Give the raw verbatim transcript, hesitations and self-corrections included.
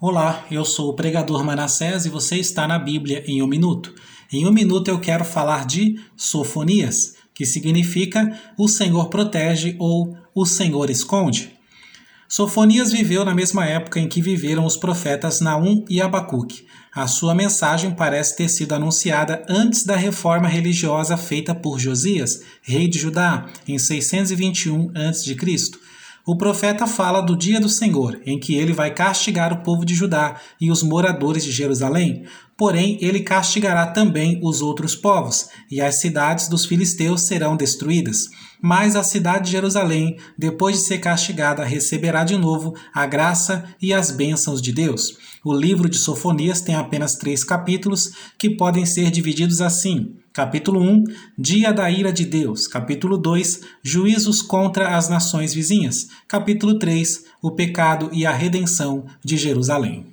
Olá, eu sou o pregador Manassés e você está na Bíblia em um minuto. Em um minuto eu quero falar de Sofonias, que significa o Senhor protege ou o Senhor esconde. Sofonias viveu na mesma época em que viveram os profetas Naum e Abacuque. A sua mensagem parece ter sido anunciada antes da reforma religiosa feita por Josias, rei de Judá, em seiscentos e vinte e um antes de Cristo O profeta fala do dia do Senhor, em que ele vai castigar o povo de Judá e os moradores de Jerusalém. Porém, ele castigará também os outros povos, e as cidades dos filisteus serão destruídas. Mas a cidade de Jerusalém, depois de ser castigada, receberá de novo a graça e as bênçãos de Deus. O livro de Sofonias tem apenas três capítulos, que podem ser divididos assim. Capítulo um, Dia da ira de Deus. Capítulo dois, Juízos contra as nações vizinhas. Capítulo três, O pecado e a redenção de Jerusalém.